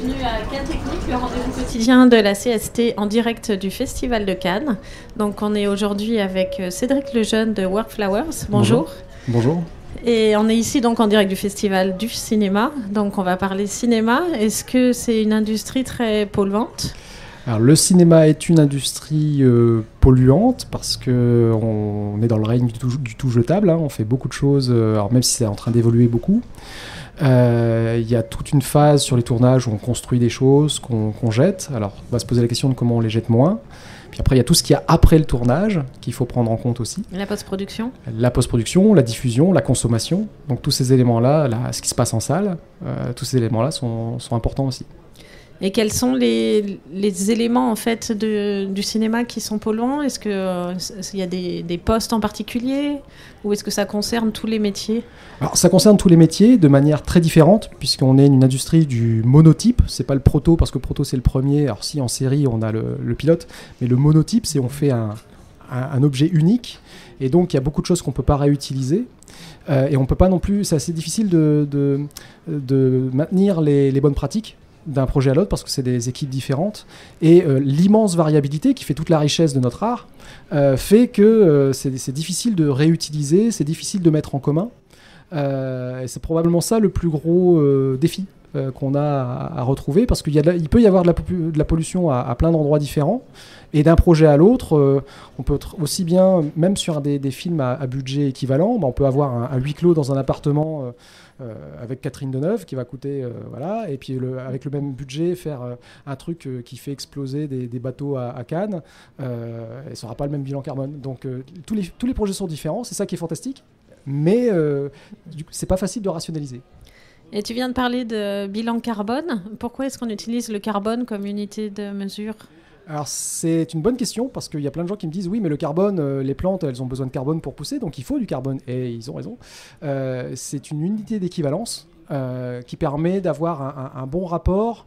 bienvenue à Cannes Technique, le rendez-vous quotidien de la CST en direct du Festival de Cannes. Donc on est aujourd'hui avec Cédric Lejeune de Workflowers. Bonjour. Bonjour. Et on est ici donc en direct du Festival du cinéma. Donc on va parler cinéma. Est-ce que c'est une industrie très polluante ? Alors, le cinéma est une industrie polluante parce qu'on est dans le règne du tout jetable. On fait beaucoup de choses, alors même si c'est en train d'évoluer beaucoup. Il y a toute une phase sur les tournages où on construit des choses qu'on jette. Alors, on va se poser la question de comment on les jette moins. Puis après, il y a tout ce qu'il y a après le tournage qu'il faut prendre en compte aussi. La post-production ? La post-production, la diffusion, la consommation. Donc, tous ces éléments-là, ce qui se passe en salle, tous ces éléments-là sont importants aussi. Et quels sont les éléments en fait du cinéma qui sont polluants ? Est-ce qu'il y a des postes en particulier ou est-ce que ça concerne tous les métiers ? Alors, ça concerne tous les métiers de manière très différente puisqu'on est une industrie du monotype. C'est pas le proto parce que le proto c'est le premier. Alors si en série on a le pilote, mais le monotype c'est on fait un objet unique et donc il y a beaucoup de choses qu'on peut pas réutiliser. Et on peut pas non plus. C'est assez difficile de maintenir les bonnes pratiques d'un projet à l'autre parce que c'est des équipes différentes et l'immense variabilité qui fait toute la richesse de notre art fait que c'est difficile de réutiliser, c'est difficile de mettre en commun et c'est probablement ça le plus gros défi qu'on a à retrouver parce il peut y avoir de la pollution à plein d'endroits différents et d'un projet à l'autre on peut aussi bien, même sur des films à budget équivalent, on peut avoir un huis clos dans un appartement avec Catherine Deneuve qui va coûter voilà, et puis avec le même budget faire un truc qui fait exploser des bateaux à Cannes et ça n'aura pas le même bilan carbone. Donc tous les projets sont différents, c'est ça qui est fantastique, mais c'est pas facile de rationaliser. Et tu viens de parler de bilan carbone. Pourquoi est-ce qu'on utilise le carbone comme unité de mesure ? Alors c'est une bonne question parce qu'il y a plein de gens qui me disent oui mais le carbone, les plantes elles ont besoin de carbone pour pousser donc il faut du carbone et ils ont raison. C'est une unité d'équivalence qui permet d'avoir un bon rapport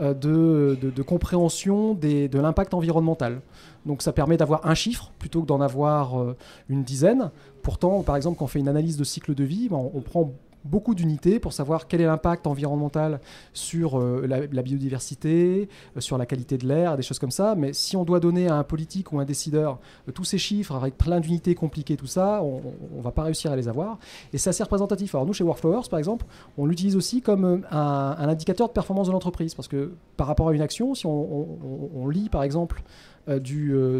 de compréhension de l'impact environnemental. Donc ça permet d'avoir un chiffre plutôt que d'en avoir une dizaine. Pourtant par exemple quand on fait une analyse de cycle de vie, on prend beaucoup d'unités pour savoir quel est l'impact environnemental sur la biodiversité, sur la qualité de l'air, des choses comme ça. Mais si on doit donner à un politique ou un décideur tous ces chiffres avec plein d'unités compliquées, tout ça, on ne va pas réussir à les avoir. Et c'est assez représentatif. Alors nous, chez Workflowers, par exemple, on l'utilise aussi comme un indicateur de performance de l'entreprise. Parce que par rapport à une action, si on lit par exemple de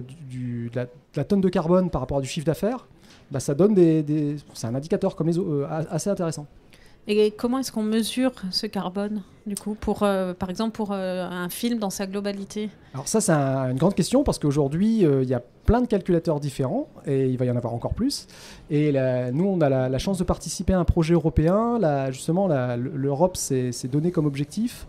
la tonne de carbone par rapport à du chiffre d'affaires, ça donne c'est un indicateur comme les autres assez intéressant. Et comment est-ce qu'on mesure ce carbone, du coup, par exemple pour un film dans sa globalité ? Alors ça, c'est une grande question parce qu'aujourd'hui, il y a plein de calculateurs différents et il va y en avoir encore plus. Et nous, on a la chance de participer à un projet européen. Justement, l'Europe s'est donné comme objectif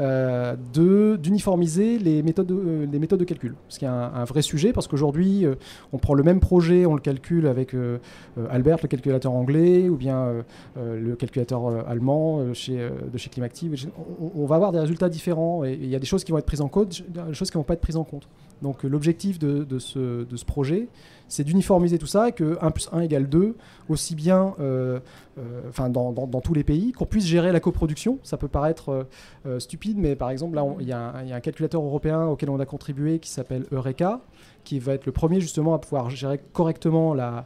d'uniformiser les méthodes de calcul. Ce qui est un vrai sujet parce qu'aujourd'hui, on prend le même projet, on le calcule avec Albert, le calculateur anglais, ou bien le calculateur allemand de chez Climactive. On va avoir des résultats différents et il y a des choses qui vont être prises en compte, des choses qui ne vont pas être prises en compte. Donc l'objectif de ce projet, c'est d'uniformiser tout ça et que 1 + 1 = 2, aussi bien dans tous les pays, qu'on puisse gérer la coproduction. Ça peut paraître stupide, mais par exemple, là, il y a un calculateur européen auquel on a contribué qui s'appelle Eureka, qui va être le premier justement à pouvoir gérer correctement la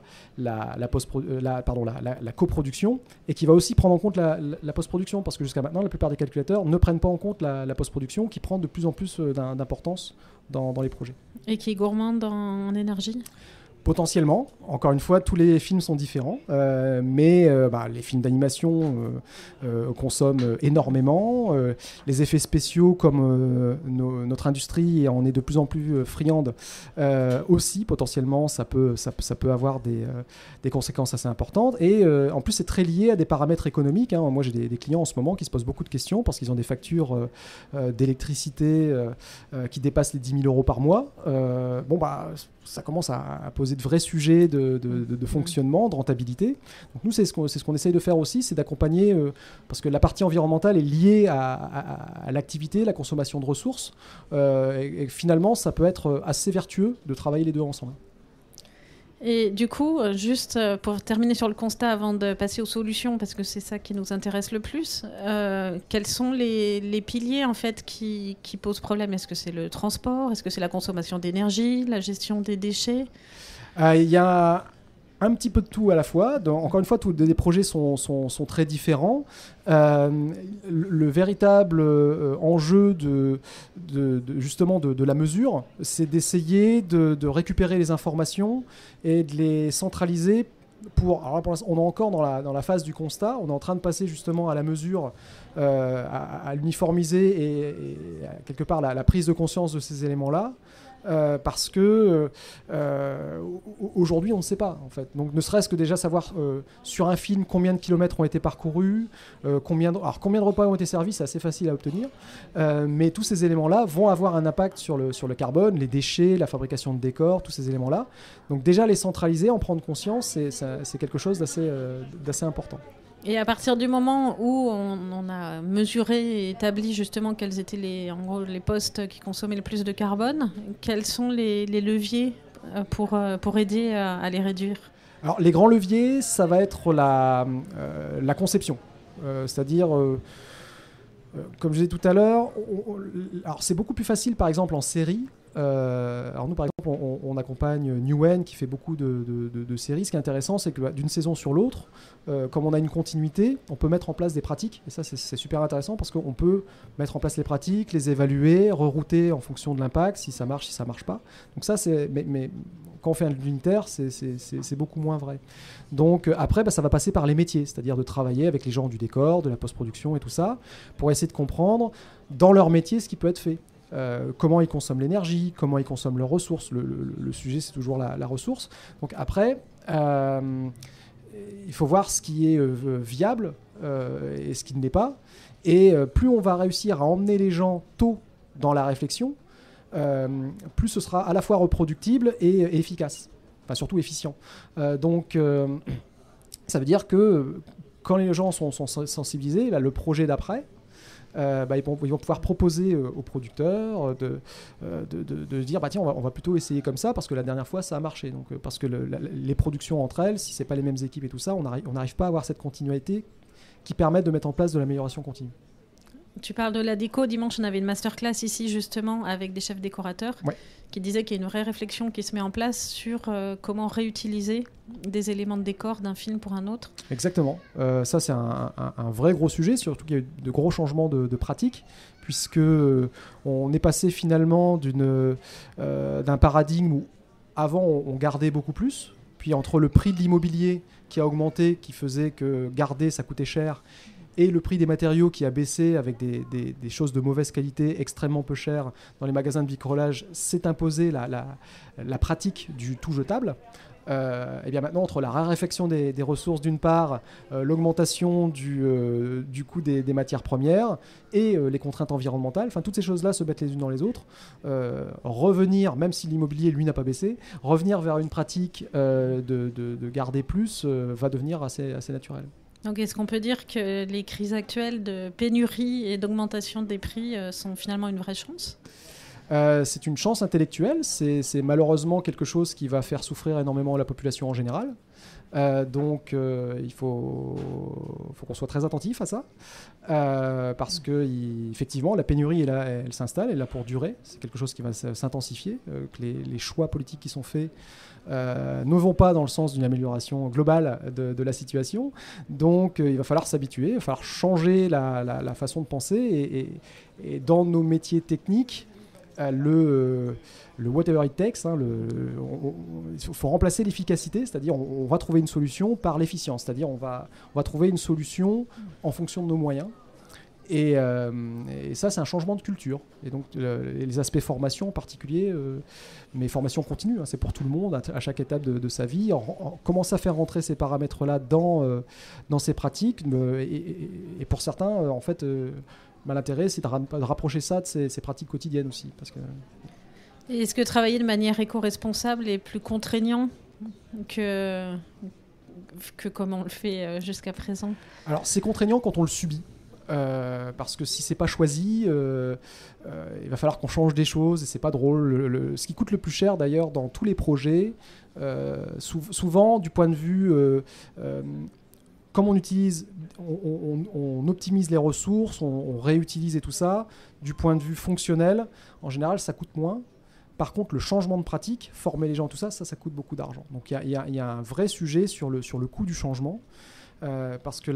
coproduction et qui va aussi prendre en compte la post-production parce que jusqu'à maintenant, la plupart des calculateurs ne prennent pas en compte la post-production qui prend de plus en plus d'importance dans les projets. Et qui est gourmande en énergie ? Potentiellement, encore une fois, tous les films sont différents, mais les films d'animation consomment énormément. Les effets spéciaux, comme notre industrie en est de plus en plus friande, aussi potentiellement, ça peut avoir des conséquences assez importantes. Et en plus, c'est très lié à des paramètres économiques. Moi, j'ai des clients en ce moment qui se posent beaucoup de questions parce qu'ils ont des factures d'électricité qui dépassent les 10 000 euros par mois. Ça commence à poser de vrais sujets de fonctionnement, de rentabilité. Donc nous, c'est ce qu'on essaye de faire aussi, c'est d'accompagner, parce que la partie environnementale est liée à l'activité, la consommation de ressources, et finalement, ça peut être assez vertueux de travailler les deux ensemble. Et du coup, juste pour terminer sur le constat avant de passer aux solutions, parce que c'est ça qui nous intéresse le plus, quels sont les piliers en fait qui posent problème? Est-ce que c'est le transport? Est-ce que c'est la consommation d'énergie, la gestion des déchets? Il y a un petit peu de tout à la fois. Encore une fois, tous les projets sont très différents. Le véritable enjeu justement de la mesure, c'est d'essayer de récupérer les informations et de les centraliser. Alors là, on est encore dans la phase du constat. On est en train de passer justement à la mesure, à l'uniformiser et quelque part la prise de conscience de ces éléments-là. Parce que aujourd'hui on ne sait pas en fait. Donc ne serait-ce que déjà savoir sur un film combien de kilomètres ont été parcourus, combien de repas ont été servis, c'est assez facile à obtenir, mais tous ces éléments-là vont avoir un impact sur le carbone, les déchets, la fabrication de décors, tous ces éléments-là. Donc déjà les centraliser, en prendre conscience, c'est quelque chose d'assez important. Et à partir du moment où on a mesuré et établi justement quels étaient les postes qui consommaient le plus de carbone, quels sont les leviers pour aider à les réduire? Alors les grands leviers, ça va être la conception. C'est-à-dire, comme je disais tout à l'heure, alors c'est beaucoup plus facile par exemple en série. Alors nous par exemple on accompagne Newen qui fait beaucoup de séries. Ce qui est intéressant, c'est que d'une saison sur l'autre, comme on a une continuité, on peut mettre en place des pratiques, et ça c'est super intéressant parce qu'on peut mettre en place les pratiques, les évaluer, rerouter en fonction de l'impact, si ça marche pas. Donc ça mais quand on fait un unitaire, c'est beaucoup moins vrai. Donc après, ça va passer par les métiers, c'est-à-dire de travailler avec les gens du décor, de la post-production et tout ça, pour essayer de comprendre dans leur métier ce qui peut être fait. Comment ils consomment l'énergie, comment ils consomment leurs ressources. Le sujet, c'est toujours la ressource. Donc après, il faut voir ce qui est viable et ce qui ne l'est pas. Et plus on va réussir à emmener les gens tôt dans la réflexion, plus ce sera à la fois reproductible et efficace. Enfin, surtout efficient. Donc, ça veut dire que quand les gens sont sensibilisés, là, le projet d'après, ils vont pouvoir proposer aux producteurs de dire tiens, on va plutôt essayer comme ça parce que la dernière fois ça a marché. Donc, parce que les productions entre elles, si c'est pas les mêmes équipes et tout ça, on n'arrive pas à avoir cette continuité qui permet de mettre en place de l'amélioration continue. Tu parles de la déco. Dimanche, on avait une masterclass ici, justement, avec des chefs décorateurs qui disaient qu'il y a une vraie réflexion qui se met en place sur comment réutiliser des éléments de décor d'un film pour un autre. Exactement. Ça, c'est un vrai gros sujet, surtout qu'il y a eu de gros changements de pratiques, puisque on est passé finalement d'un paradigme où avant, on gardait beaucoup plus, puis entre le prix de l'immobilier qui a augmenté, qui faisait que garder, ça coûtait cher, et le prix des matériaux qui a baissé avec des choses de mauvaise qualité, extrêmement peu chères dans les magasins de bricolage, s'est imposé la pratique du tout jetable. Et bien maintenant, entre la raréfaction des ressources d'une part, l'augmentation du coût des matières premières et les contraintes environnementales, enfin toutes ces choses-là se mettent les unes dans les autres. Revenir, même si l'immobilier lui n'a pas baissé, revenir vers une pratique de garder plus va devenir assez naturel. Donc est-ce qu'on peut dire que les crises actuelles de pénurie et d'augmentation des prix sont finalement une vraie chance ? C'est une chance intellectuelle, c'est malheureusement quelque chose qui va faire souffrir énormément la population en général. Donc il faut qu'on soit très attentif à ça, parce que effectivement la pénurie est là, elle s'installe, elle est là pour durer. C'est quelque chose qui va s'intensifier, que les choix politiques qui sont faits ne vont pas dans le sens d'une amélioration globale de la situation. Donc il va falloir s'habituer, il va falloir changer la façon de penser et dans nos métiers techniques, le whatever it takes, il faut remplacer l'efficacité, c'est-à-dire on va trouver une solution par l'efficience, c'est-à-dire on va trouver une solution en fonction de nos moyens. Et ça, c'est un changement de culture. Et donc, les aspects formation en particulier, mais formation continue, c'est pour tout le monde, à chaque étape de sa vie. On commence à faire rentrer ces paramètres-là dans ces pratiques. Et pour certains, en fait, l'intérêt, c'est de rapprocher ça de ces pratiques quotidiennes aussi. Parce que... Et est-ce que travailler de manière éco-responsable est plus contraignant que comme on le fait jusqu'à présent ? Alors, c'est contraignant quand on le subit. parce que si c'est pas choisi, il va falloir qu'on change des choses et c'est pas drôle. Ce qui coûte le plus cher d'ailleurs dans tous les projets, souvent du point de vue, comme on utilise, on optimise les ressources, on réutilise et tout ça, du point de vue fonctionnel, en général ça coûte moins. Par contre, le changement de pratique, former les gens, tout ça, ça coûte beaucoup d'argent. Donc il y a un vrai sujet sur le coût du changement, parce que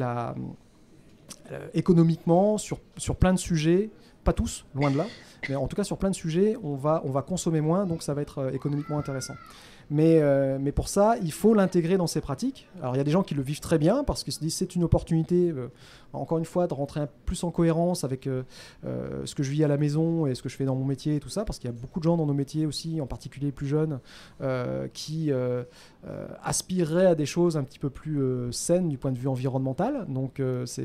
économiquement, sur plein de sujets, pas tous, loin de là, mais en tout cas sur plein de sujets, on va consommer moins, donc ça va être économiquement intéressant. Mais pour ça, il faut l'intégrer dans ses pratiques. Alors il y a des gens qui le vivent très bien parce qu'ils se disent c'est une opportunité, encore une fois, de rentrer plus en cohérence avec ce que je vis à la maison et ce que je fais dans mon métier et tout ça, parce qu'il y a beaucoup de gens dans nos métiers aussi, en particulier les plus jeunes, qui aspireraient à des choses un petit peu plus saines du point de vue environnemental. Donc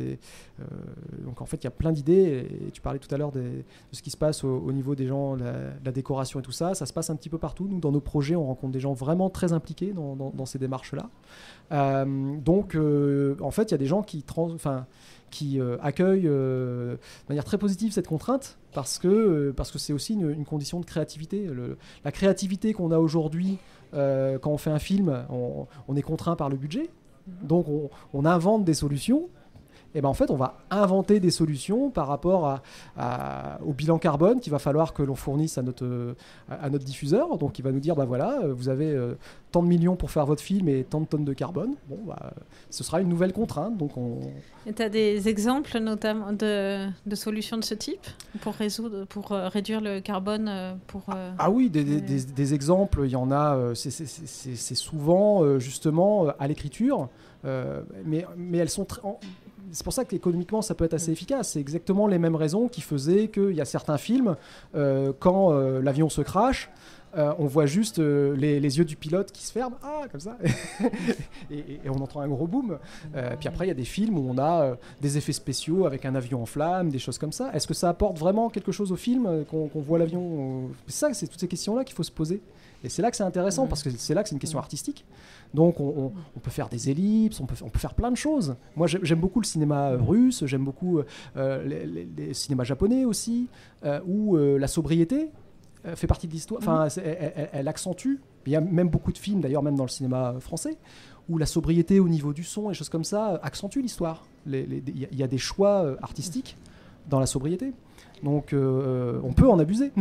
en fait, il y a plein d'idées. Et tu parlais tout à l'heure de ce qui se passe au niveau des gens, la décoration et tout ça. Ça se passe un petit peu partout. Nous, dans nos projets, on rencontre des gens vraiment très impliqués dans ces démarches-là. Donc, en fait, il y a des gens qui accueillent de manière très positive cette contrainte parce que c'est aussi une condition de créativité. La créativité qu'on a aujourd'hui, quand on fait un film, on est contraint par le budget. Donc, on invente des solutions. Et ben en fait, on va inventer des solutions par rapport au bilan carbone qu'il va falloir que l'on fournisse à notre diffuseur. Donc, il va nous dire, bah voilà, vous avez tant de millions pour faire votre film et tant de tonnes de carbone. Bon, bah, ce sera une nouvelle contrainte. Donc Et tu as des exemples notamment de solutions de ce type pour réduire le carbone Ah oui, des exemples, il y en a. C'est souvent justement à l'écriture, mais elles sont c'est pour ça qu'économiquement, ça peut être assez efficace. C'est exactement les mêmes raisons qui faisaient qu'il y a certains films, quand l'avion se crache, on voit juste les yeux du pilote qui se ferment, comme ça, et on entend un gros boom. Puis après, il y a des films où on a des effets spéciaux avec un avion en flammes, des choses comme ça. Est-ce que ça apporte vraiment quelque chose au film qu'on voit l'avion c'est toutes ces questions-là qu'il faut se poser. Et c'est là que c'est intéressant, parce que c'est là que c'est une question artistique. Donc on peut faire des ellipses, on peut faire plein de choses. Moi j'aime beaucoup le cinéma russe, j'aime beaucoup les cinémas japonais aussi, où la sobriété fait partie de l'histoire. Enfin, elle accentue. Il y a même beaucoup de films, d'ailleurs même dans le cinéma français, où la sobriété au niveau du son et choses comme ça accentue l'histoire. Il y a des choix artistiques dans la sobriété. Donc on peut en abuser.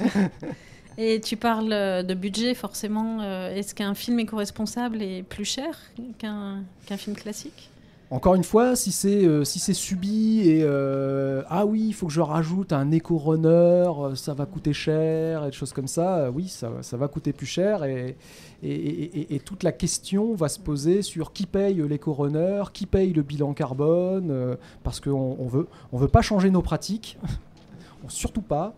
Et tu parles de budget, forcément. Est-ce qu'un film éco-responsable est plus cher qu'un film classique ? Encore une fois, si c'est subi et oui, il faut que je rajoute un éco-runner, ça va coûter cher et des choses comme ça, oui, ça va coûter plus cher et toute la question va se poser sur qui paye l'éco-runner, qui paye le bilan carbone, parce qu'on veut pas changer nos pratiques. Surtout pas.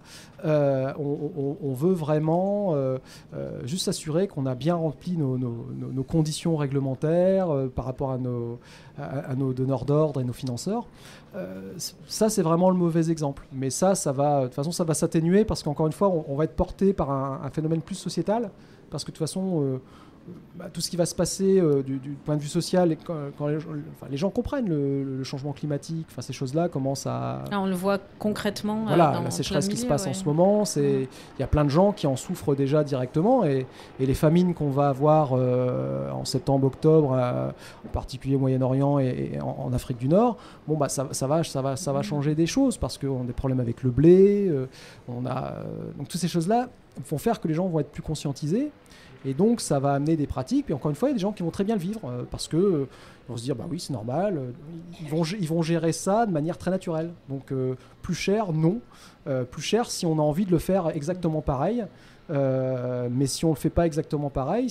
On veut vraiment juste s'assurer qu'on a bien rempli nos conditions réglementaires par rapport à nos donneurs d'ordre et nos financeurs. Ça, c'est vraiment le mauvais exemple. Mais ça va, de toute façon, ça va s'atténuer parce qu'encore une fois, on va être porté par un phénomène plus sociétal. Parce que de toute façon, tout ce qui va se passer du point de vue social, quand les gens comprennent le changement climatique, ces choses-là commencent à... Là, on le voit concrètement. Voilà, la sécheresse qui se passe en ce moment, il y a plein de gens qui en souffrent déjà directement, et les famines qu'on va avoir en septembre, octobre, en particulier au Moyen-Orient et en Afrique du Nord, ça va changer des choses parce qu'on a des problèmes avec le blé, donc toutes ces choses-là vont faire que les gens vont être plus conscientisés. Et donc, ça va amener des pratiques. Puis encore une fois, il y a des gens qui vont très bien le vivre parce qu'ils vont se dire, bah oui, c'est normal. Ils vont gérer ça de manière très naturelle. Donc, plus cher, non. Plus cher si on a envie de le faire exactement pareil. Mais si on le fait pas exactement pareil,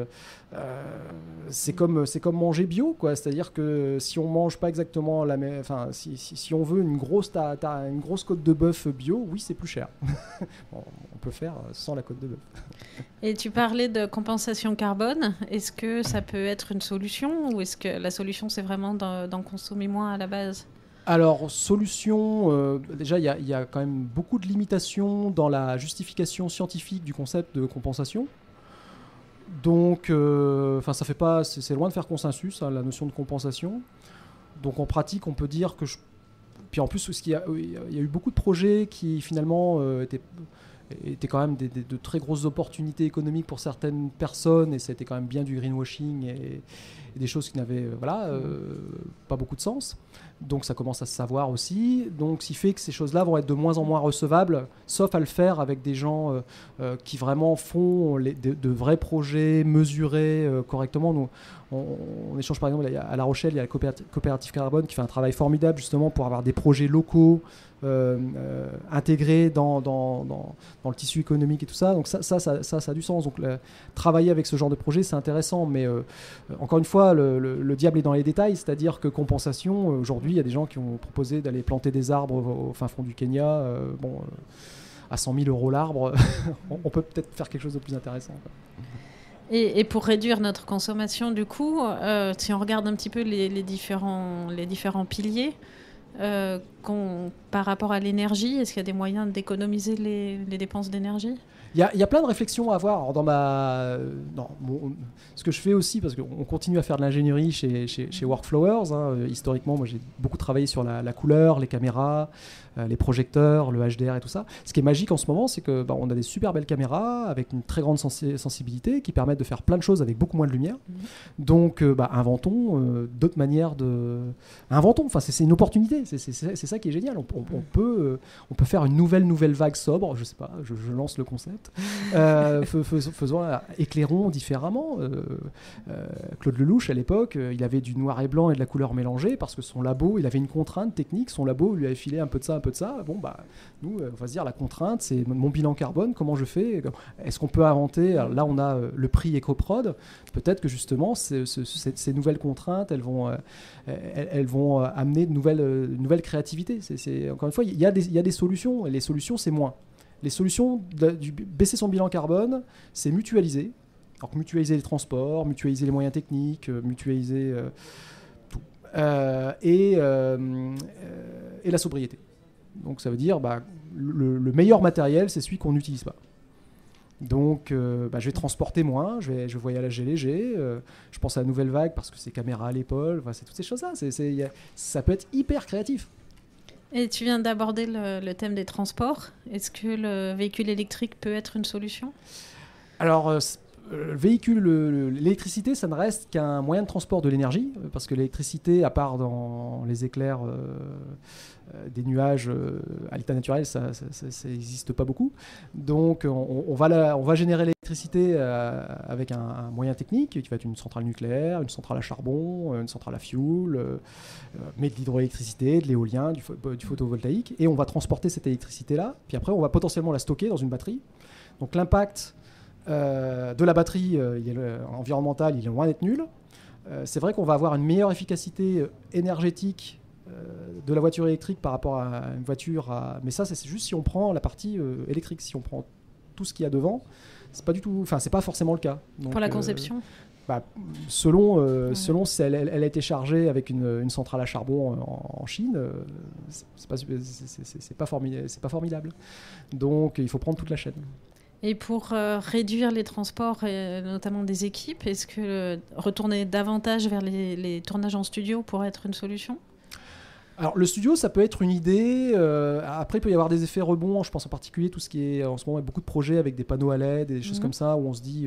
c'est comme manger bio, quoi. C'est-à-dire que si on mange pas exactement si on veut une grosse côte de bœuf bio, oui, c'est plus cher. Bon, on peut faire sans la côte de bœuf. Et tu parlais de compensation carbone. Est-ce que ça peut être une solution, ou est-ce que la solution c'est vraiment d'en consommer moins à la base ? Alors, solution, déjà, il y a quand même beaucoup de limitations dans la justification scientifique du concept de compensation. Donc, ça fait pas, c'est loin de faire consensus, la notion de compensation. Donc, en pratique, on peut dire que puis en plus, il y a eu beaucoup de projets qui finalement étaient quand même de très grosses opportunités économiques pour certaines personnes, et ça a été quand même bien du greenwashing et des choses qui n'avaient pas beaucoup de sens. Donc ça commence à se savoir aussi. Donc ce qui fait que ces choses-là vont être de moins en moins recevables, sauf à le faire avec des gens qui vraiment font de vrais projets mesurés correctement. Nous, on échange par exemple à La Rochelle, il y a la coopérative Carbone qui fait un travail formidable justement pour avoir des projets locaux intégrés dans le tissu économique et tout ça. Donc ça a du sens. Donc travailler avec ce genre de projet, c'est intéressant. Mais encore une fois, le diable est dans les détails. C'est-à-dire que compensation, aujourd'hui, il y a des gens qui ont proposé d'aller planter des arbres au fin fond du Kenya. À 100 000 € l'arbre, on peut peut-être faire quelque chose de plus intéressant, quoi. Et pour réduire notre consommation, du coup, si on regarde un petit peu les différents piliers, par rapport à l'énergie, est-ce qu'il y a des moyens d'économiser les dépenses d'énergie ? Il y a plein de réflexions à avoir. Alors ce que je fais aussi, parce qu'on continue à faire de l'ingénierie chez Workflowers, historiquement, moi j'ai beaucoup travaillé sur la couleur, les caméras, les projecteurs, le HDR et tout ça. Ce qui est magique en ce moment, c'est que on a des super belles caméras avec une très grande sensibilité qui permettent de faire plein de choses avec beaucoup moins de lumière. Donc inventons d'autres manières inventons, enfin c'est une opportunité, c'est ça qui est génial. On peut faire une nouvelle vague sobre, je sais pas, je lance le concept. Éclairons différemment. Claude Lelouch à l'époque, il avait du noir et blanc et de la couleur mélangée parce que son labo, il avait une contrainte technique, son labo lui avait filé un peu de ça, un peu de ça. Nous, on va se dire la contrainte, c'est mon bilan carbone, comment je fais ? Est-ce qu'on peut inventer ? Alors là, on a le prix EcoProd. Peut-être que justement, ces nouvelles contraintes, elles vont amener de nouvelles créativités. Encore une fois, il y a des solutions, et les solutions, c'est moins. Les solutions, baisser son bilan carbone, c'est mutualiser. Alors mutualiser les transports, mutualiser les moyens techniques, mutualiser tout. Et la sobriété. Donc ça veut dire le meilleur matériel, c'est celui qu'on n'utilise pas. Donc je vais transporter moins, je vais voyager léger, je pense à la nouvelle vague parce que c'est caméra à l'épaule, c'est toutes ces choses-là. Ça peut être hyper créatif. Et tu viens d'aborder le thème des transports. Est-ce que le véhicule électrique peut être une solution ? Alors, l'électricité, ça ne reste qu'un moyen de transport de l'énergie, parce que l'électricité, à part dans les éclairs des nuages à l'état naturel, ça n'existe pas beaucoup. Donc, on va générer l'électricité avec un moyen technique qui va être une centrale nucléaire, une centrale à charbon, une centrale à fioul, mais de l'hydroélectricité, de l'éolien, du photovoltaïque, et on va transporter cette électricité-là. Puis après, on va potentiellement la stocker dans une batterie. Donc, l'impact de la batterie environnementale, il est loin d'être nul. C'est vrai qu'on va avoir une meilleure efficacité énergétique de la voiture électrique par rapport à une voiture mais ça c'est juste si on prend la partie électrique. Si on prend tout ce qu'il y a devant, c'est pas forcément le cas. Donc, pour la conception selon si elle a été chargée avec une centrale à charbon en Chine, c'est pas formidable. Donc il faut prendre toute la chaîne. Et pour réduire les transports, notamment des équipes, est-ce que retourner davantage vers les tournages en studio pourrait être une solution ? Alors le studio, ça peut être une idée. Après, il peut y avoir des effets rebonds. Je pense en particulier tout ce qui est en ce moment, il y a beaucoup de projets avec des panneaux à LED, des choses comme ça, où on se dit,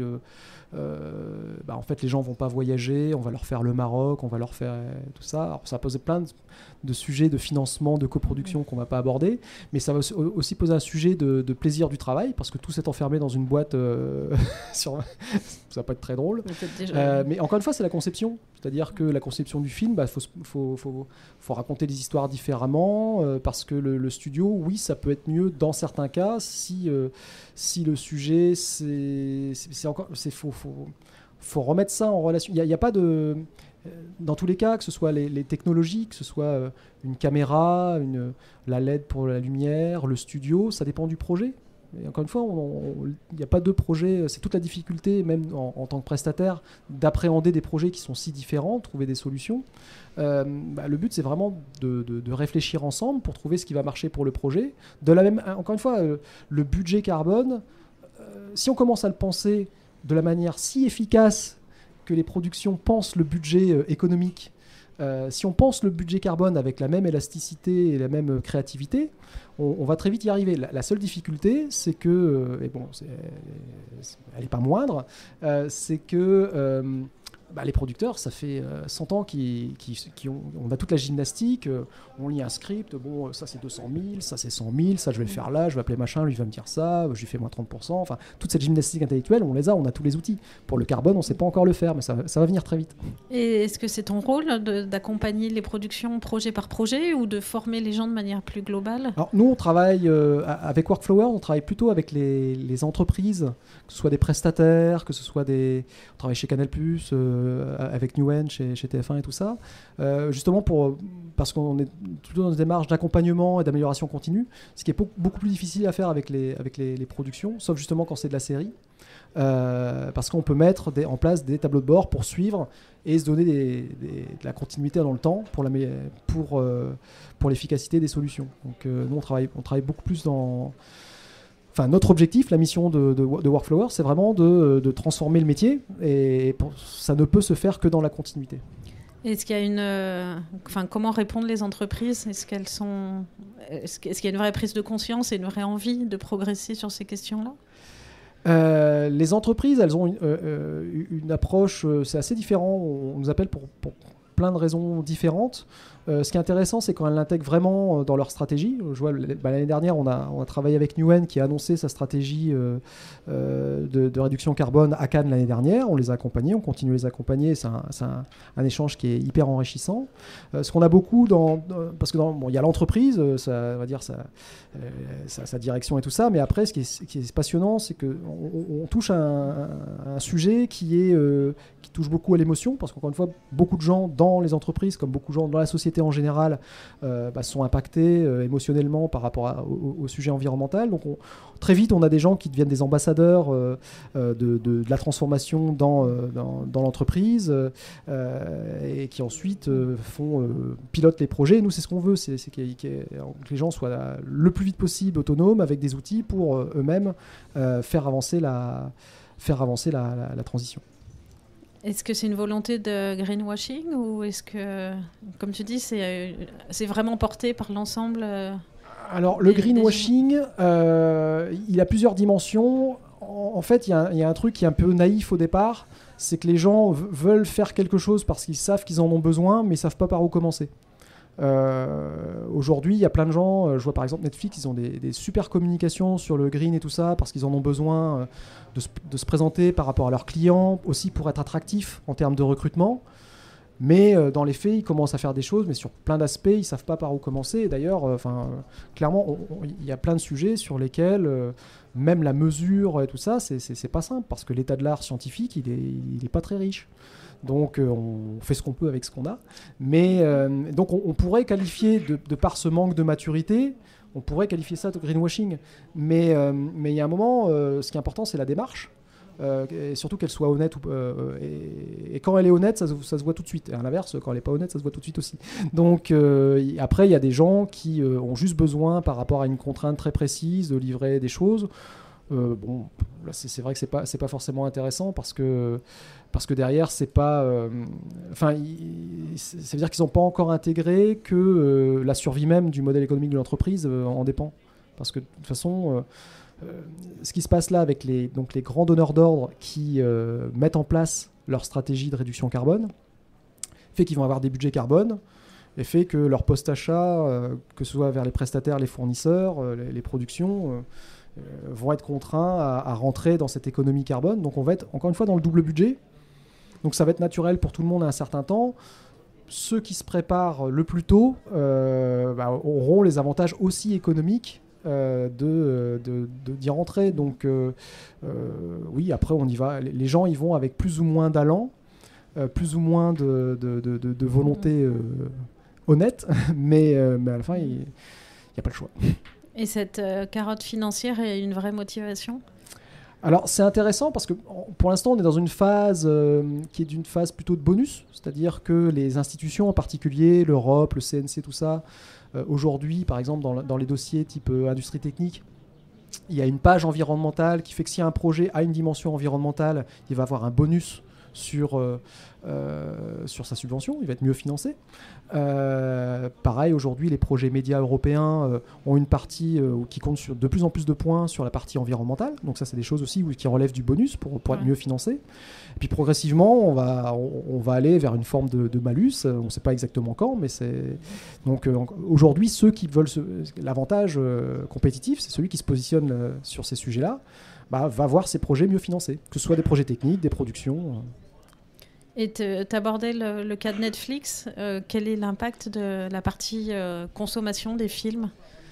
en fait, les gens vont pas voyager, on va leur faire le Maroc, on va leur faire tout ça. Alors ça pose plein de sujets de financement, de coproduction qu'on va pas aborder, mais ça va aussi poser un sujet de plaisir du travail, parce que tout s'est enfermé dans une boîte, ça va pas être très drôle. Mais encore une fois, c'est la conception. C'est-à-dire que la conception du film, faut raconter les histoires différemment, parce que le studio, oui, ça peut être mieux dans certains cas si le sujet, faut remettre ça en relation. Il y a pas de, dans tous les cas, que ce soit les technologies, que ce soit une caméra, la LED pour la lumière, le studio, ça dépend du projet. Et encore une fois, il n'y a pas deux projets. C'est toute la difficulté, même en tant que prestataire, d'appréhender des projets qui sont si différents, trouver des solutions. Le but, c'est vraiment de réfléchir ensemble pour trouver ce qui va marcher pour le projet. Encore une fois, le budget carbone, si on commence à le penser de la manière si efficace que les productions pensent le budget économique, Si on pense le budget carbone avec la même élasticité et la même créativité, on va très vite y arriver. La seule difficulté, c'est que, et bon, elle n'est pas moindre, c'est que les producteurs, ça fait 100 ans on a toute la gymnastique, on lit un script, bon, ça c'est 200 000, ça c'est 100 000, ça je vais le faire là, je vais appeler machin, lui va me dire ça, je lui fais moins 30%, enfin, toute cette gymnastique intellectuelle, on a tous les outils. Pour le carbone, on ne sait pas encore le faire, mais ça va venir très vite. Et est-ce que c'est ton rôle d'accompagner les productions projet par projet ou de former les gens de manière plus globale ? Alors, nous, on travaille avec Workflower, on travaille plutôt avec les entreprises, que ce soit des prestataires, que ce soit on travaille chez Canal+, avec Newen, chez TF1 et tout ça, justement parce qu'on est plutôt dans une démarche d'accompagnement et d'amélioration continue, ce qui est beaucoup plus difficile à faire avec les productions, sauf justement quand c'est de la série, parce qu'on peut mettre en place des tableaux de bord pour suivre et se donner de la continuité dans le temps pour l'efficacité des solutions. Donc nous, on travaille beaucoup plus dans... Enfin, notre objectif, la mission de Workflower, c'est vraiment de transformer le métier, et ça ne peut se faire que dans la continuité. Est-ce qu'il y a comment répondent les entreprises ? Est-ce qu'il y a une vraie prise de conscience et une vraie envie de progresser sur ces questions-là ? Les entreprises, elles ont une approche, c'est assez différent. On nous appelle pour plein de raisons différentes. Ce qui est intéressant, c'est quand elles l'intègrent vraiment dans leur stratégie. Je vois, l'année dernière, on a travaillé avec Newen qui a annoncé sa stratégie de réduction carbone à Cannes l'année dernière. On les a accompagnés, on continue à les accompagner. C'est un échange qui est hyper enrichissant. Ce qu'on a beaucoup parce que il y a l'entreprise, on va dire sa direction et tout ça, mais après, ce qui est passionnant, c'est qu'on touche à un sujet qui touche beaucoup à l'émotion, parce qu'encore une fois, beaucoup de gens dans les entreprises, comme beaucoup de gens dans la société en général, sont impactés émotionnellement par rapport au sujet environnemental. Donc très vite, on a des gens qui deviennent des ambassadeurs de la transformation dans l'entreprise, et qui ensuite pilotent les projets. Nous, c'est ce qu'on veut, c'est que les gens soient le plus vite possible autonomes avec des outils pour eux-mêmes faire avancer la transition. Est-ce que c'est une volonté de greenwashing ou est-ce que, comme tu dis, c'est vraiment porté par l'ensemble Alors, le greenwashing, il a plusieurs dimensions. En fait, il y a un truc qui est un peu naïf au départ, c'est que les gens veulent faire quelque chose parce qu'ils savent qu'ils en ont besoin, mais ils ne savent pas par où commencer. Aujourd'hui, il y a plein de gens, je vois par exemple Netflix, ils ont des super communications sur le green et tout ça parce qu'ils en ont besoin de se présenter par rapport à leurs clients, aussi pour être attractifs en termes de recrutement. Mais dans les faits, ils commencent à faire des choses, mais sur plein d'aspects, ils ne savent pas par où commencer. Et d'ailleurs, clairement, il y a plein de sujets sur lesquels même la mesure et tout ça, c'est pas simple, parce que l'état de l'art scientifique, il est pas très riche. Donc on fait ce qu'on peut avec ce qu'on a. Mais donc on pourrait qualifier, de par ce manque de maturité, on pourrait qualifier ça de greenwashing. Mais il y a un moment, ce qui est important, c'est la démarche. Et surtout qu'elle soit honnête. Et quand elle est honnête, ça se voit tout de suite. Et à l'inverse, quand elle n'est pas honnête, ça se voit tout de suite aussi. Donc après, il y a des gens qui ont juste besoin, par rapport à une contrainte très précise, de livrer des choses. Bon, là, c'est vrai que c'est pas forcément intéressant parce que derrière, c'est pas. Ça veut dire qu'ils n'ont pas encore intégré que la survie même du modèle économique de l'entreprise en dépend. Parce que de toute façon, ce qui se passe là avec les grands donneurs d'ordre qui mettent en place leur stratégie de réduction carbone fait qu'ils vont avoir des budgets carbone et fait que leur post-achat, que ce soit vers les prestataires, les fournisseurs, les productions, vont être contraints à rentrer dans cette économie carbone. Donc on va être encore une fois dans le double budget. Donc ça va être naturel pour tout le monde à un certain temps. Ceux qui se préparent le plus tôt auront les avantages aussi économiques d'y rentrer. Donc oui, après on y va. Les gens y vont avec plus ou moins d'allant, plus ou moins de volonté honnête, mais à la fin il n'y a pas le choix. Et cette carotte financière est une vraie motivation ? Alors c'est intéressant parce que pour l'instant on est dans une phase qui est d'une phase plutôt de bonus, c'est-à-dire que les institutions, en particulier l'Europe, le CNC, tout ça, aujourd'hui par exemple dans les dossiers type industrie technique, il y a une page environnementale qui fait que si un projet a une dimension environnementale, il va avoir un bonus sur sa subvention, il va être mieux financé. Pareil, aujourd'hui, les projets médias européens ont une partie qui compte sur de plus en plus de points sur la partie environnementale. Donc ça, c'est des choses aussi qui relèvent du bonus pour être mieux financés. Et puis progressivement, on va aller vers une forme de malus. On ne sait pas exactement quand, mais c'est... Donc aujourd'hui, ceux qui veulent... L'avantage compétitif, c'est celui qui se positionne sur ces sujets-là, va voir ses projets mieux financés, que ce soit des projets techniques, des productions. Et tu abordais le cas de Netflix. Quel est l'impact de la partie consommation des films ?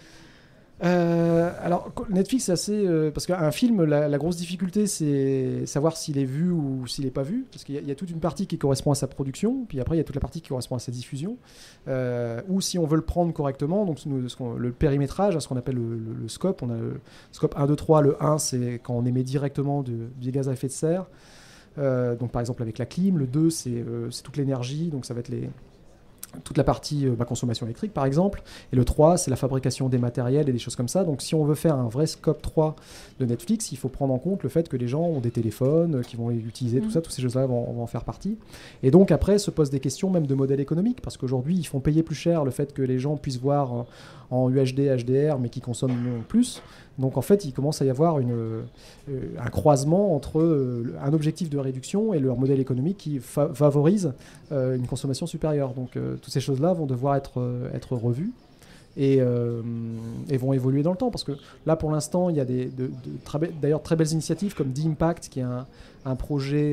Alors Netflix, c'est assez... parce qu'un film, la grosse difficulté, c'est savoir s'il est vu ou s'il n'est pas vu. Parce qu'il y a toute une partie qui correspond à sa production, puis après, il y a toute la partie qui correspond à sa diffusion. Ou si on veut le prendre correctement, donc le périmétrage, ce qu'on appelle le scope. On a le scope 1, 2, 3. Le 1, c'est quand on émet directement des gaz à effet de serre. Donc par exemple avec la clim. Le 2, c'est toute l'énergie, donc ça va être toute la partie consommation électrique par exemple, et le 3 c'est la fabrication des matériels et des choses comme ça. Donc si on veut faire un vrai scope 3 de Netflix, il faut prendre en compte le fait que les gens ont des téléphones qui vont utiliser tout ça, toutes ces choses-là vont en faire partie. Et donc après se posent des questions même de modèle économique, parce qu'aujourd'hui ils font payer plus cher le fait que les gens puissent voir en UHD, HDR, mais qui consomment plus. Donc en fait, il commence à y avoir un croisement entre un objectif de réduction et leur modèle économique qui favorise une consommation supérieure. Donc toutes ces choses-là vont devoir être revues et vont évoluer dans le temps. Parce que là, pour l'instant, il y a d'ailleurs très belles initiatives comme D-Impact, qui est un projet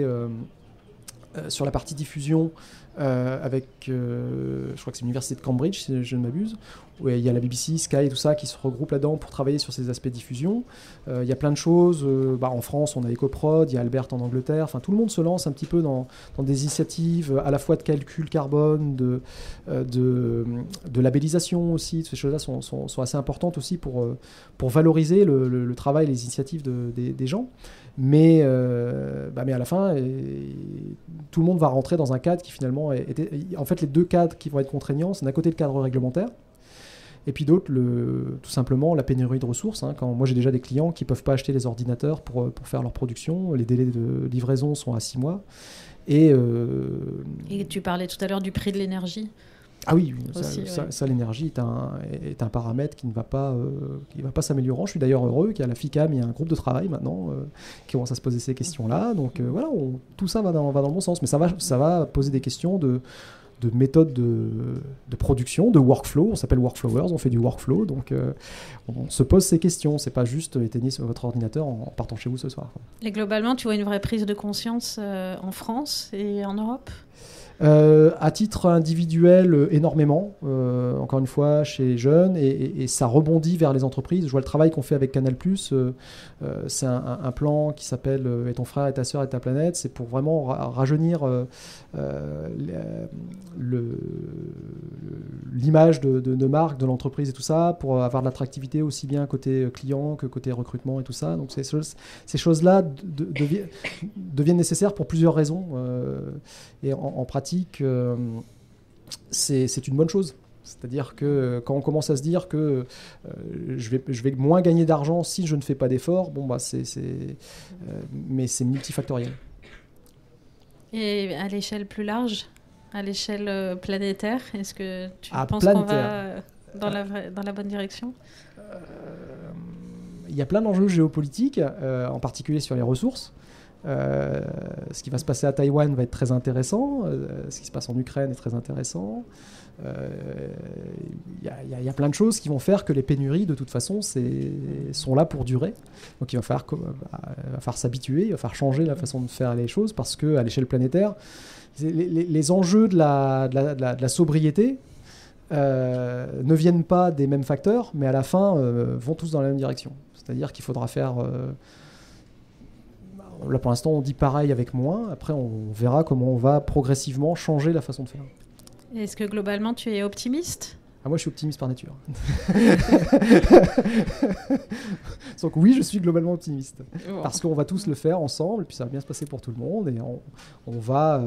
sur la partie diffusion avec, je crois que c'est l'université de Cambridge, si je ne m'abuse, où il y a la BBC, Sky et tout ça qui se regroupent là-dedans pour travailler sur ces aspects de diffusion. Il y a plein de choses. En France, on a Ecoprod, il y a Albert en Angleterre. Enfin, tout le monde se lance un petit peu dans des initiatives à la fois de calcul carbone, de labellisation aussi. Ces choses-là sont assez importantes aussi pour valoriser le travail et les initiatives des gens. Mais à la fin, tout le monde va rentrer dans un cadre qui finalement en fait, les deux cadres qui vont être contraignants, c'est d'un côté le cadre réglementaire, et puis d'autre, tout simplement, la pénurie de ressources. Quand moi, j'ai déjà des clients qui ne peuvent pas acheter les ordinateurs pour faire leur production. Les délais de livraison sont à 6 mois. Et tu parlais tout à l'heure du prix de l'énergie. Ah oui, aussi, ça, l'énergie est un paramètre qui ne va pas s'améliorant. Je suis d'ailleurs heureux qu'il y a la FICAM, il y a un groupe de travail maintenant qui commence à se poser ces questions-là. Donc voilà, tout ça va dans le bon sens. Mais ça va poser des questions de méthodes de production, de workflow. On s'appelle workflowers, on fait du workflow. Donc on se pose ces questions. C'est pas juste éteignez votre ordinateur en partant chez vous ce soir. Et globalement, tu vois une vraie prise de conscience en France et en Europe ? À titre individuel, énormément, encore une fois, chez les jeunes, et ça rebondit vers les entreprises. Je vois le travail qu'on fait avec Canal+, c'est un plan qui s'appelle « Et ton frère, et ta sœur, et ta planète ». C'est pour vraiment rajeunir l'image de marque, de l'entreprise et tout ça, pour avoir de l'attractivité aussi bien côté client que côté recrutement et tout ça. Donc ces choses-là deviennent nécessaires pour plusieurs raisons. Et en pratique, c'est une bonne chose. C'est-à-dire que quand on commence à se dire que je vais moins gagner d'argent si je ne fais pas d'efforts, mais c'est multifactoriel. Et à l'échelle plus large, à l'échelle planétaire, est-ce que tu penses qu'on va dans la bonne direction ? Il y a plein d'enjeux géopolitiques, en particulier sur les ressources. Ce qui va se passer à Taïwan va être très intéressant. Ce qui se passe en Ukraine est très intéressant. Il y a plein de choses qui vont faire que les pénuries, de toute façon, sont là pour durer. Donc il va falloir s'habituer, il va falloir changer la façon de faire les choses, parce qu'à l'échelle planétaire, les enjeux de la sobriété ne viennent pas des mêmes facteurs, mais à la fin vont tous dans la même direction. C'est-à-dire qu'il faudra faire... Là, pour l'instant, on dit pareil avec moins. Après, on verra comment on va progressivement changer la façon de faire. Est-ce que globalement, tu es optimiste ? Moi, je suis optimiste par nature. Donc oui, je suis globalement optimiste. Bon. Parce qu'on va tous le faire ensemble, et puis ça va bien se passer pour tout le monde. Et on va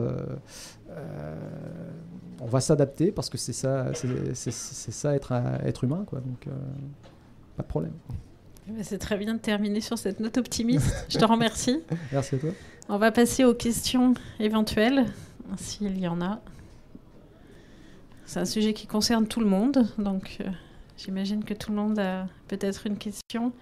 s'adapter, parce que c'est ça être humain, quoi. Donc, pas de problème. C'est très bien de terminer sur cette note optimiste. Je te remercie. Merci à toi. On va passer aux questions éventuelles, s'il y en a. C'est un sujet qui concerne tout le monde, donc j'imagine que tout le monde a peut-être une question.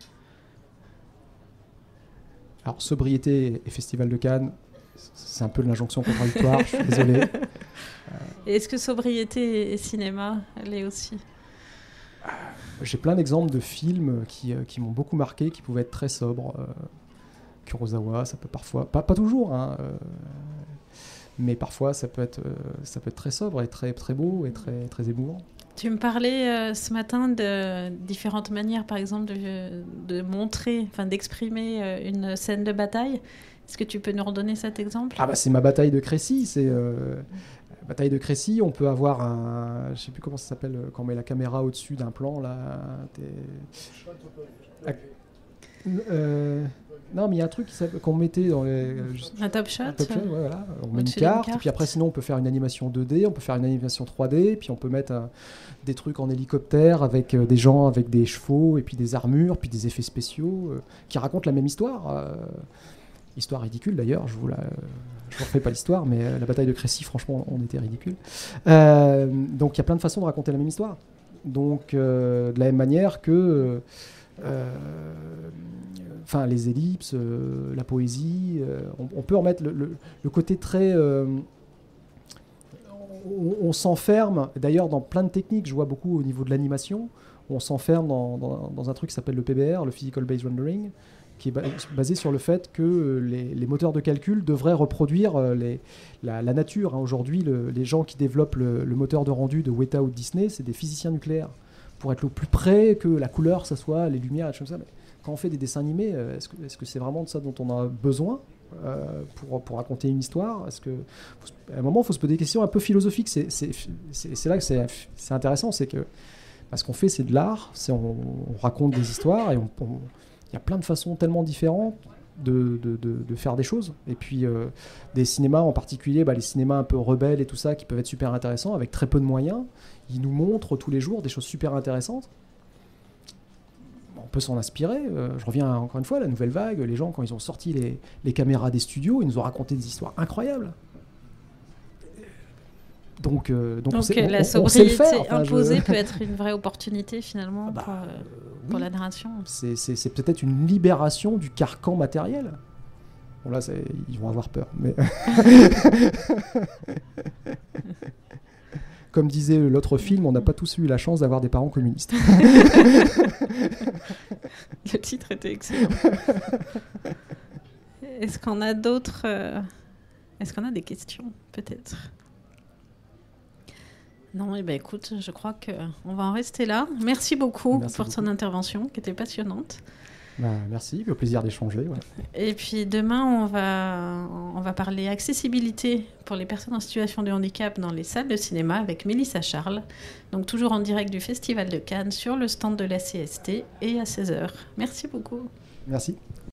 Alors, sobriété et Festival de Cannes, c'est un peu de l'injonction contradictoire, je suis désolé. Et est-ce que sobriété et cinéma, elle est aussi? J'ai plein d'exemples de films qui m'ont beaucoup marqué, qui pouvaient être très sobres. Kurosawa, ça peut parfois, pas toujours, hein, mais parfois ça peut être très sobre et très, très beau et très, très émouvant. Tu me parlais ce matin de différentes manières, par exemple, de montrer, enfin d'exprimer une scène de bataille. Est-ce que tu peux nous redonner cet exemple? Ah bah c'est ma bataille de Crécy, bataille de Crécy, on peut avoir un... Je sais plus comment ça s'appelle, quand on met la caméra au-dessus d'un plan, là... Non, mais il y a un truc qu'on mettait dans les... Un top shot. Un top shot, ouais, voilà. On met une carte, et puis après, sinon, on peut faire une animation 2D, on peut faire une animation 3D, puis on peut mettre des trucs en hélicoptère avec des gens avec des chevaux, et puis des armures, puis des effets spéciaux, qui racontent la même histoire. Histoire ridicule, d'ailleurs, je vous refais pas l'histoire, mais la bataille de Crécy, franchement, on était ridicule. Donc, il y a plein de façons de raconter la même histoire. Donc, de la même manière que... Enfin, les ellipses, la poésie, on peut en mettre le côté très... on s'enferme, d'ailleurs dans plein de techniques, je vois beaucoup au niveau de l'animation, on s'enferme dans un truc qui s'appelle le PBR, le Physical Based Rendering, qui est basé sur le fait que les moteurs de calcul devraient reproduire la nature. Hein. Aujourd'hui, les gens qui développent le moteur de rendu de Weta ou de Disney, c'est des physiciens nucléaires, pour être le plus près que la couleur, ça soit les lumières, et tout ça. Mais quand on fait des dessins animés, est-ce que c'est vraiment de ça dont on a besoin pour raconter une histoire? À un moment, il faut se poser des questions un peu philosophiques. C'est là que c'est intéressant, c'est que ce qu'on fait, c'est de l'art, on raconte des histoires, et il y a plein de façons tellement différentes de faire des choses. Et puis, des cinémas en particulier, les cinémas un peu rebelles et tout ça, qui peuvent être super intéressants, avec très peu de moyens, ils nous montrent tous les jours des choses super intéressantes. On peut s'en inspirer. Je reviens encore une fois à la nouvelle vague. Les gens, quand ils ont sorti les caméras des studios, ils nous ont raconté des histoires incroyables. Donc la sobriété sait le faire. Imposée peut être une vraie opportunité finalement pour oui. la narration. C'est peut-être une libération du carcan matériel. Bon là, ils vont avoir peur. Mais comme disait l'autre film, on n'a pas tous eu la chance d'avoir des parents communistes. Le titre était excellent. Est-ce qu'on a d'autres... Est-ce qu'on a des questions, peut-être? Non, écoute, je crois qu'on va en rester là. Merci beaucoup pour ton intervention, qui était passionnante. Merci, au plaisir d'échanger. Ouais. Et puis demain, on va parler accessibilité pour les personnes en situation de handicap dans les salles de cinéma avec Mélissa Charles. Donc toujours en direct du Festival de Cannes sur le stand de la CST et à 16h. Merci beaucoup. Merci.